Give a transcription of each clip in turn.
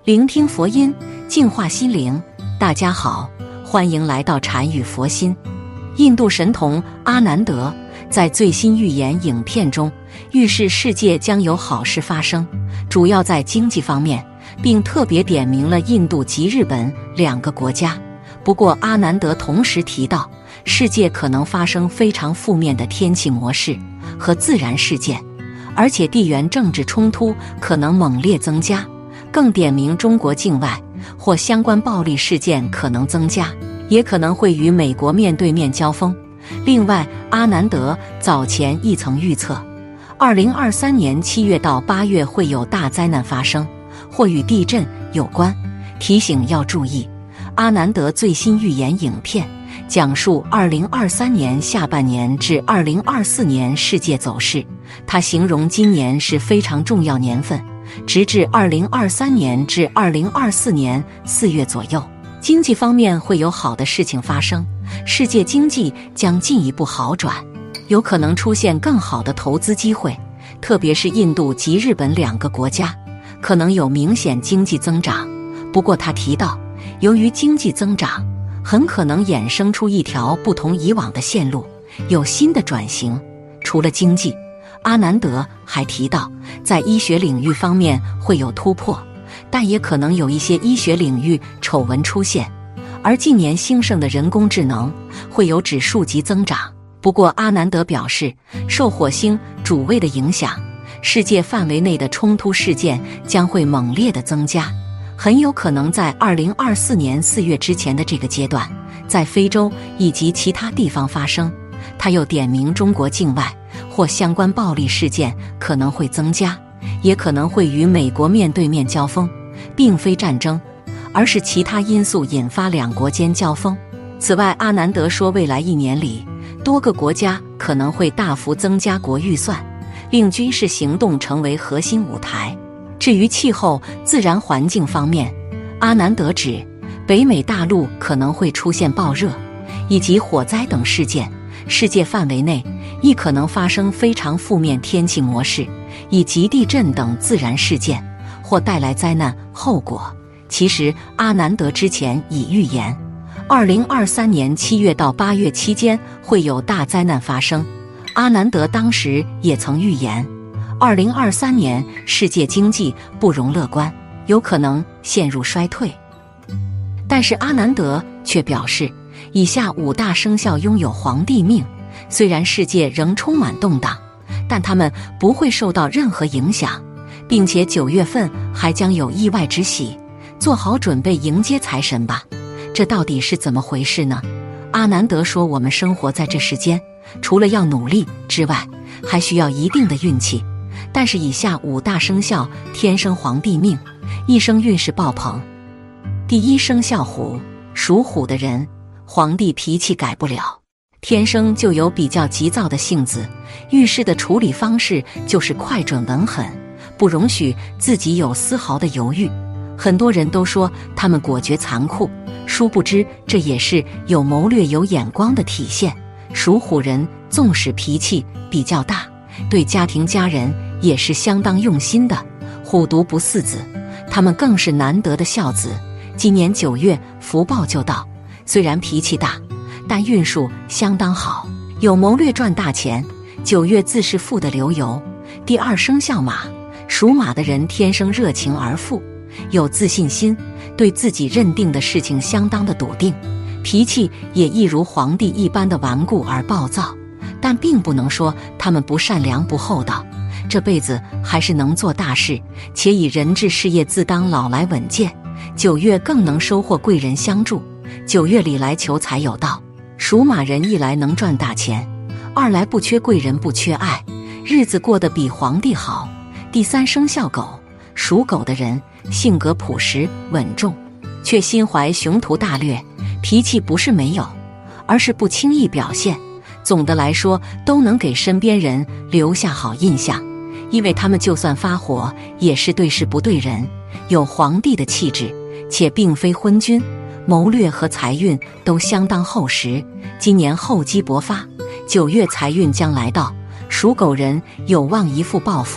聆听佛音，净化心灵。大家好，欢迎来到禅语佛心。印度神童阿南德在最新预言影片中预示世界将有好事发生，主要在经济方面，并特别点明了印度及日本两个国家。不过阿南德同时提到，世界可能发生非常负面的天气模式和自然事件，而且地缘政治冲突可能猛烈增加，更点明中国境外或相关暴力事件可能增加，也可能会与美国面对面交锋。另外，阿南德早前亦曾预测2023年7月到8月会有大灾难发生，或与地震有关，提醒要注意。阿南德最新预言影片讲述2023年下半年至2024年世界走势，他形容今年是非常重要年份，直至2023年至2024年4月左右，经济方面会有好的事情发生，世界经济将进一步好转，有可能出现更好的投资机会，特别是印度及日本两个国家可能有明显经济增长。不过他提到，由于经济增长很可能衍生出一条不同以往的线路，有新的转型。除了经济，阿南德还提到，在医学领域方面会有突破，但也可能有一些医学领域丑闻出现，而近年兴盛的人工智能会有指数级增长。不过阿南德表示，受火星主位的影响，世界范围内的冲突事件将会猛烈的增加，很有可能在2024年4月之前的这个阶段，在非洲以及其他地方发生。他又点明中国境外或相关暴力事件可能会增加，也可能会与美国面对面交锋，并非战争，而是其他因素引发两国间交锋。此外，阿南德说，未来1年里，多个国家可能会大幅增加国预算，令军事行动成为核心舞台。至于气候、自然环境方面，阿南德指北美大陆可能会出现暴热以及火灾等事件，世界范围内亦可能发生非常负面天气模式以及地震等自然事件，或带来灾难后果。其实阿南德之前已预言2023年7月到8月期间会有大灾难发生。阿南德当时也曾预言2023年世界经济不容乐观，有可能陷入衰退。但是阿南德却表示，以下5大生肖拥有皇帝命，虽然世界仍充满动荡，但他们不会受到任何影响，并且9月份还将有意外之喜，做好准备迎接财神吧。这到底是怎么回事呢？阿南德说，我们生活在这世间，除了要努力之外，还需要一定的运气。但是以下5大生肖天生皇帝命，一生运势爆棚。第一生肖虎，属虎的人，皇帝脾气改不了，天生就有比较急躁的性子，遇事的处理方式就是快准稳狠，不容许自己有丝毫的犹豫。很多人都说他们果决残酷，殊不知这也是有谋略有眼光的体现。属虎人纵使脾气比较大，对家庭家人也是相当用心的，虎毒不嗣子，他们更是难得的孝子。今年9月福报就到，虽然脾气大，但运数相当好，有谋略赚大钱。9月自是富的流油。第二生肖马，属马的人天生热情而富，有自信心，对自己认定的事情相当的笃定，脾气也一如皇帝一般的顽固而暴躁，但并不能说他们不善良不厚道，这辈子还是能做大事，且以人治事业自当老来稳健。9月更能收获贵人相助，9月里来求财有道。属马人一来能赚大钱，二来不缺贵人不缺爱，日子过得比皇帝好。第三生肖狗，属狗的人性格朴实稳重，却心怀雄图大略，脾气不是没有，而是不轻易表现。总的来说，都能给身边人留下好印象，因为他们就算发火也是对事不对人，有皇帝的气质，且并非昏君，谋略和财运都相当厚实。今年厚积薄发，9月财运将来到，属狗人有望一富暴富，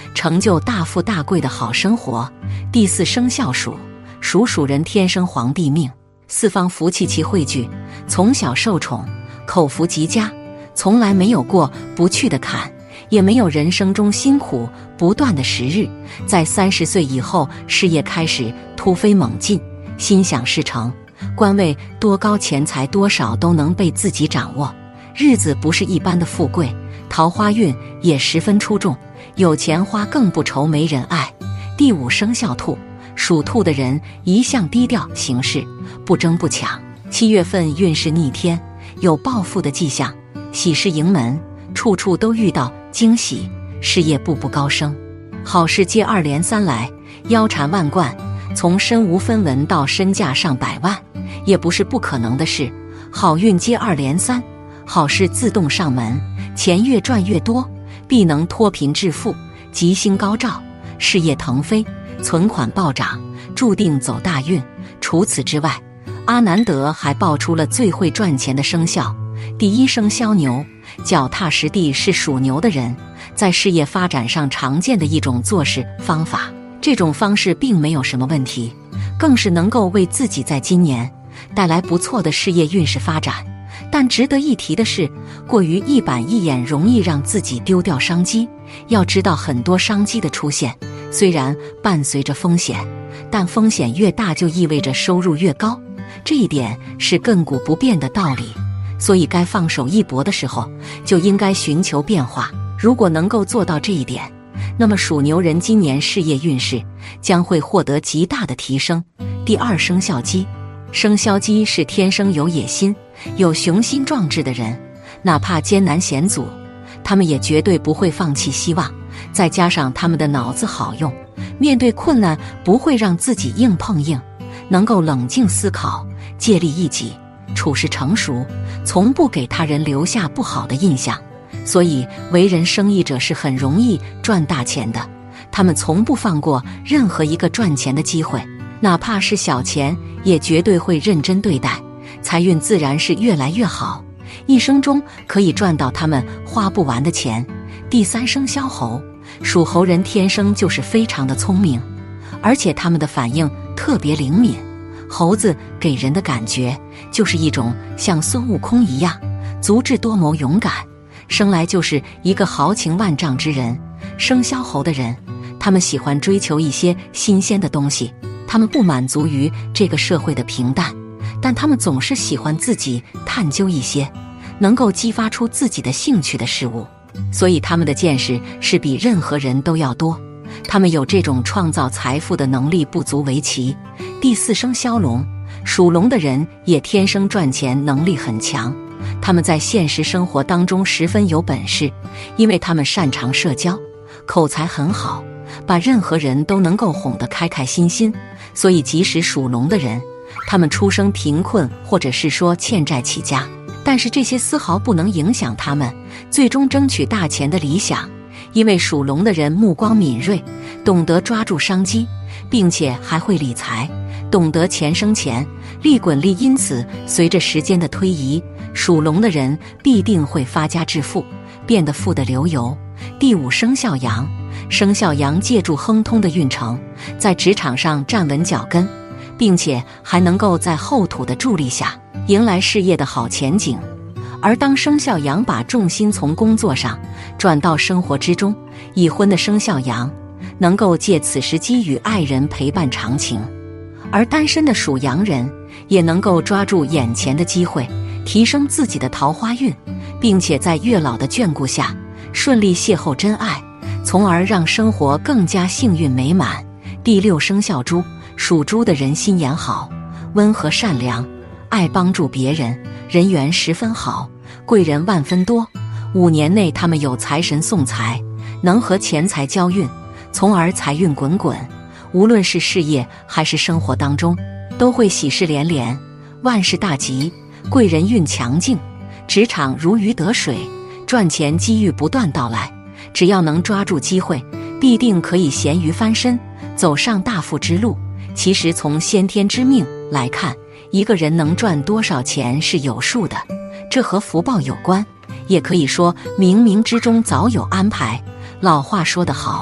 成就大富大贵的好生活。第四生肖属，属人天生皇帝命，四方福气齐汇聚，从小受宠，口福极佳，从来没有过不去的坎，也没有人生中辛苦不断的时日。在30岁以后，事业开始突飞猛进，心想事成，官位多高钱财多少都能被自己掌握，日子不是一般的富贵，桃花运也十分出众，有钱花更不愁没人爱。第五生肖兔，属兔的人一向低调行事，不争不抢。7月份运势逆天，有暴富的迹象，喜事迎门，处处都遇到惊喜，事业步步高升，好事接二连三来，腰缠万贯，从身无分文到身价上百万，也不是不可能的事。好运接二连三，好事自动上门，钱越赚越多，必能脱贫致富，吉星高照，事业腾飞，存款暴涨，注定走大运。除此之外，阿南德还爆出了最会赚钱的生肖。第一生肖牛，脚踏实地是属牛的人在事业发展上常见的一种做事方法，这种方式并没有什么问题，更是能够为自己在今年带来不错的事业运势发展。但值得一提的是，过于一板一眼容易让自己丢掉商机。要知道，很多商机的出现虽然伴随着风险，但风险越大就意味着收入越高，这一点是亘古不变的道理。所以该放手一搏的时候，就应该寻求变化。如果能够做到这一点，那么属牛人今年事业运势将会获得极大的提升。第二生肖鸡，生肖鸡是天生有野心、有雄心壮志的人，哪怕艰难险阻，他们也绝对不会放弃希望。再加上他们的脑子好用，面对困难不会让自己硬碰硬，能够冷静思考，借力一己，处事成熟，从不给他人留下不好的印象。所以为人生意者是很容易赚大钱的，他们从不放过任何一个赚钱的机会，哪怕是小钱也绝对会认真对待，财运自然是越来越好，一生中可以赚到他们花不完的钱。第三生肖猴，属猴人天生就是非常的聪明，而且他们的反应特别灵敏。猴子给人的感觉就是一种像孙悟空一样足智多谋勇敢，生来就是一个豪情万丈之人。生肖猴的人，他们喜欢追求一些新鲜的东西，他们不满足于这个社会的平淡，但他们总是喜欢自己探究一些能够激发出自己的兴趣的事物，所以他们的见识是比任何人都要多，他们有这种创造财富的能力不足为奇。第四生肖龙，属龙的人也天生赚钱能力很强，他们在现实生活当中十分有本事，因为他们擅长社交，口才很好，把任何人都能够哄得开开心心。所以即使属龙的人，他们出生贫困或者是说欠债起家，但是这些丝毫不能影响他们最终争取大钱的理想。因为属龙的人目光敏锐，懂得抓住商机，并且还会理财，懂得钱生钱，利滚利。因此随着时间的推移，属龙的人必定会发家致富，变得富得流油。第五生肖羊，生肖羊借助亨通的运程，在职场上站稳脚跟，并且还能够在后土的助力下迎来事业的好前景。而当生肖羊把重心从工作上转到生活之中，已婚的生肖羊能够借此时机与爱人陪伴长情，而单身的属羊人也能够抓住眼前的机会，提升自己的桃花运，并且在月老的眷顾下顺利邂逅真爱，从而让生活更加幸运美满。第六生肖猪，属猪的人心眼好，温和善良，爱帮助别人，人缘十分好，贵人万分多。5年内他们有财神送财，能和钱财交运，从而财运滚滚，无论是事业还是生活当中都会喜事连连，万事大吉，贵人运强劲，职场如鱼得水，赚钱机遇不断到来，只要能抓住机会，必定可以咸鱼翻身，走上大富之路。其实从先天之命来看，一个人能赚多少钱是有数的，这和福报有关，也可以说冥冥之中早有安排。老话说得好，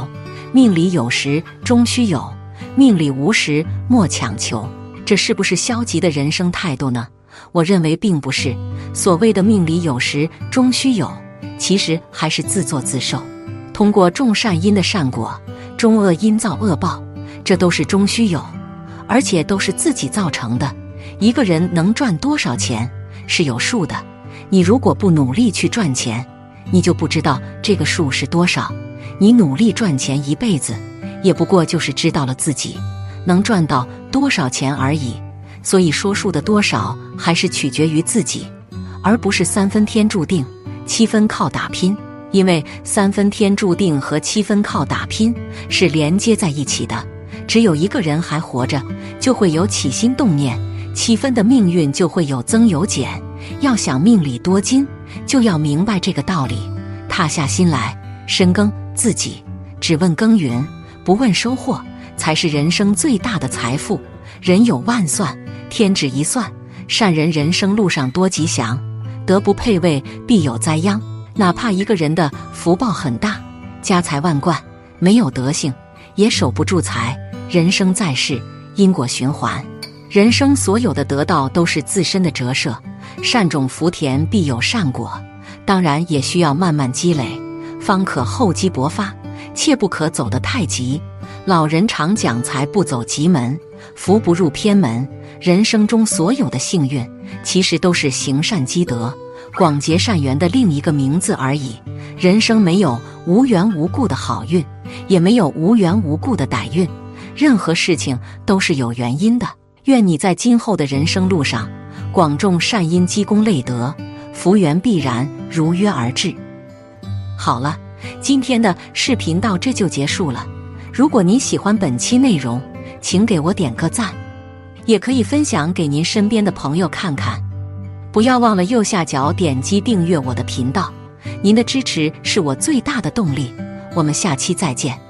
命里有时终须有，命里无时莫强求。这是不是消极的人生态度呢？我认为并不是。所谓的命里有时终须有，其实还是自作自受。通过种善因的善果，种恶因造恶报，这都是终须有，而且都是自己造成的。一个人能赚多少钱是有数的，你如果不努力去赚钱，你就不知道这个数是多少。你努力赚钱一辈子，也不过就是知道了自己能赚到多少钱而已。所以说数的多少还是取决于自己，而不是3分天注定，7分靠打拼。因为3分天注定和7分靠打拼是连接在一起的。只有一个人还活着，就会有起心动念，7分的命运就会有增有减。要想命里多金，就要明白这个道理，踏下心来深耕自己，只问耕耘不问收获，才是人生最大的财富。人有万算，天只一算，善人人生路上多吉祥，德不配位必有灾殃。哪怕一个人的福报很大，家财万贯，没有德行也守不住财。人生在世，因果循环，人生所有的得到都是自身的折射。善种福田必有善果，当然也需要慢慢积累，方可厚积薄发，切不可走得太急。老人常讲财不走急门，福不入偏门。人生中所有的幸运，其实都是行善积德，广结善缘的另一个名字而已。人生没有无缘无故的好运，也没有无缘无故的歹运，任何事情都是有原因的。愿你在今后的人生路上，广种善因，积功累德，福缘必然如约而至。好了，今天的视频到这就结束了。如果您喜欢本期内容，请给我点个赞，也可以分享给您身边的朋友看看。不要忘了右下角点击订阅我的频道，您的支持是我最大的动力。我们下期再见。